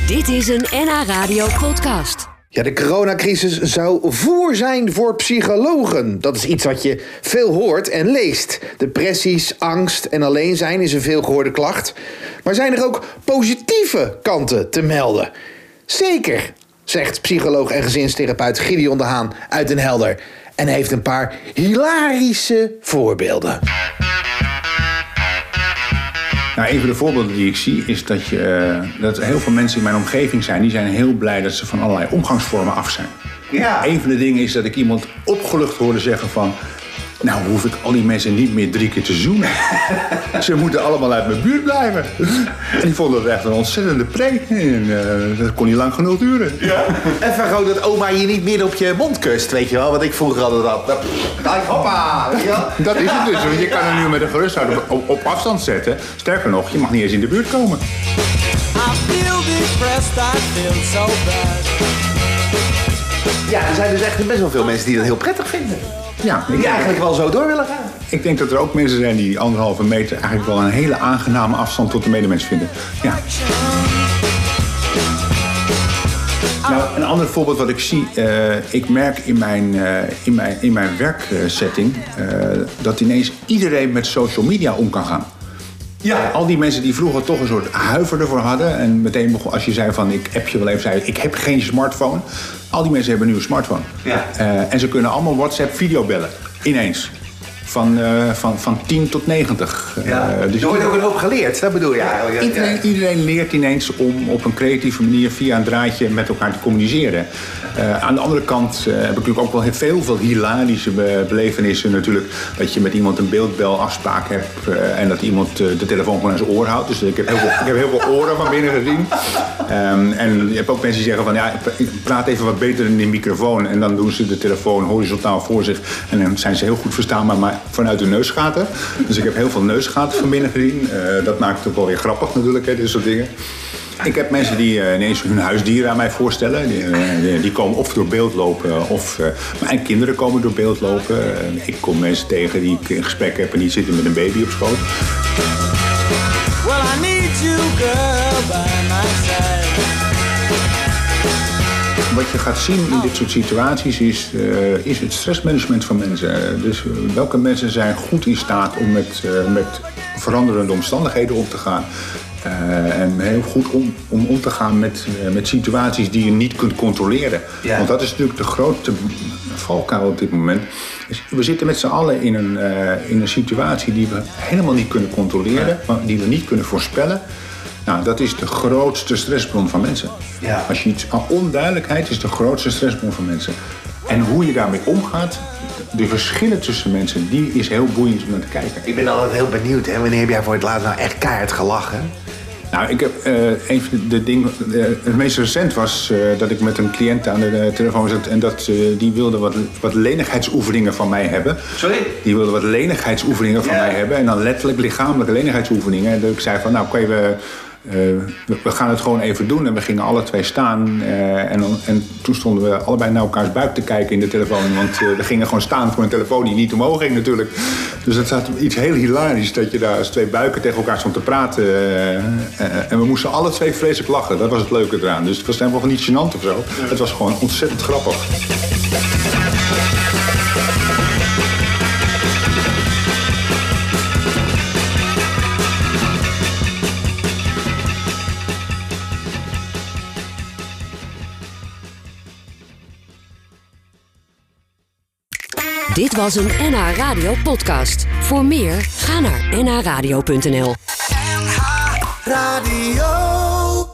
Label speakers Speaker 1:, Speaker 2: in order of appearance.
Speaker 1: Dit is een NH Radio podcast.
Speaker 2: Ja, de coronacrisis zou voer zijn voor psychologen. Dat is iets wat je veel hoort en leest. Depressies, angst en alleen zijn is een veelgehoorde klacht. Maar zijn er ook positieve kanten te melden? Zeker, zegt psycholoog en gezinstherapeut Gideon de Haan uit Den Helder. En heeft een paar hilarische voorbeelden.
Speaker 3: Nou, een van de voorbeelden die ik zie is dat er heel veel mensen in mijn omgeving zijn. Die zijn heel blij dat ze van allerlei omgangsvormen af zijn.
Speaker 2: Ja.
Speaker 3: Een van de dingen is dat ik iemand opgelucht hoorde zeggen van... Nou, hoef ik al die mensen niet meer 3 keer te zoenen. Ze moeten allemaal uit mijn buurt blijven. En die vonden dat echt een ontzettende preek. En dat kon niet lang genoeg duren.
Speaker 2: Ja. Even gewoon dat oma je niet midden op je mond kust, weet je wel. Wat ik vroeger altijd had. Hoppa, weet je wel.
Speaker 3: Dat is het dus. Want je kan er nu met een gerusthouder op afstand zetten. Sterker nog, je mag niet eens in de buurt komen.
Speaker 4: I feel depressed, I feel so bad.
Speaker 2: Ja, er zijn dus echt best wel veel mensen die dat heel prettig vinden.
Speaker 3: Ja,
Speaker 2: Die eigenlijk wel zo door willen gaan.
Speaker 3: Ik denk dat er ook mensen zijn die 1,5 meter eigenlijk wel een hele aangename afstand tot de medemens vinden. Ja. Nou, een ander voorbeeld wat ik zie, ik merk in mijn werksetting dat ineens iedereen met social media om kan gaan. Ja. Al die mensen die vroeger toch een soort huiver ervoor hadden en meteen begon, als je zei van ik app je wel even, zei ik heb geen smartphone. Al die mensen hebben nu een smartphone. Ja. En ze kunnen allemaal WhatsApp videobellen. Ineens. Van 10 tot 90.
Speaker 2: Ja. Dus er wordt ook een hoop geleerd, dat bedoel je eigenlijk.
Speaker 3: Iedereen leert ineens om op een creatieve manier via een draadje met elkaar te communiceren. Aan de andere kant heb ik natuurlijk ook wel heel veel hilarische belevenissen natuurlijk. Dat je met iemand een beeldbelafspraak hebt en dat iemand de telefoon gewoon aan zijn oor houdt. Dus ik heb heel veel oren van binnen gezien. En je hebt ook mensen die zeggen van ja, praat even wat beter in de microfoon. En dan doen ze de telefoon horizontaal voor zich. En dan zijn ze heel goed verstaanbaar, maar vanuit de neusgaten. Dus ik heb heel veel neusgaten van binnen gezien. Dat maakt het ook wel weer grappig natuurlijk, hè, dit soort dingen. Ik heb mensen die ineens hun huisdieren aan mij voorstellen. Die komen of door beeld lopen, of mijn kinderen komen door beeld lopen. Ik kom mensen tegen die ik in gesprek heb en die zitten met een baby op schoot.
Speaker 4: Well, I need you, girl, by my side.
Speaker 3: Wat je gaat zien in dit soort situaties is het stressmanagement van mensen. Dus welke mensen zijn goed in staat om met veranderende omstandigheden om te gaan. En heel goed om te gaan met situaties die je niet kunt controleren. Ja. Want dat is natuurlijk de grootste valkuil op dit moment. We zitten met z'n allen in een situatie die we helemaal niet kunnen controleren. Die we niet kunnen voorspellen. Nou, dat is de grootste stressbron van mensen. Ja. Onduidelijkheid is de grootste stressbron van mensen. En hoe je daarmee omgaat, de verschillen tussen mensen, die is heel boeiend om naar te kijken.
Speaker 2: Ik ben altijd heel benieuwd, hè? Wanneer heb jij voor het laatst nou echt keihard gelachen?
Speaker 3: Nou, ik heb een van de dingen. Het meest recent was dat ik met een cliënt aan de telefoon zat en die wilde wat lenigheidsoefeningen van mij hebben.
Speaker 2: Sorry?
Speaker 3: Die wilde wat lenigheidsoefeningen van mij hebben en dan letterlijk lichamelijke lenigheidsoefeningen. En dat ik zei van, nou, kan je we gaan het gewoon even doen. En we gingen alle twee staan. En toen stonden we allebei naar elkaars buik te kijken in de telefoon. Want we gingen gewoon staan voor een telefoon die niet omhoog ging natuurlijk. Dus dat zat iets heel hilarisch. Dat je daar als 2 buiken tegen elkaar stond te praten. En we moesten alle 2 vreselijk lachen. Dat was het leuke eraan. Dus het was helemaal niet gênant of zo. Het was gewoon ontzettend grappig.
Speaker 1: Dit was een NH Radio podcast. Voor meer, ga naar nhradio.nl.
Speaker 4: NH Radio.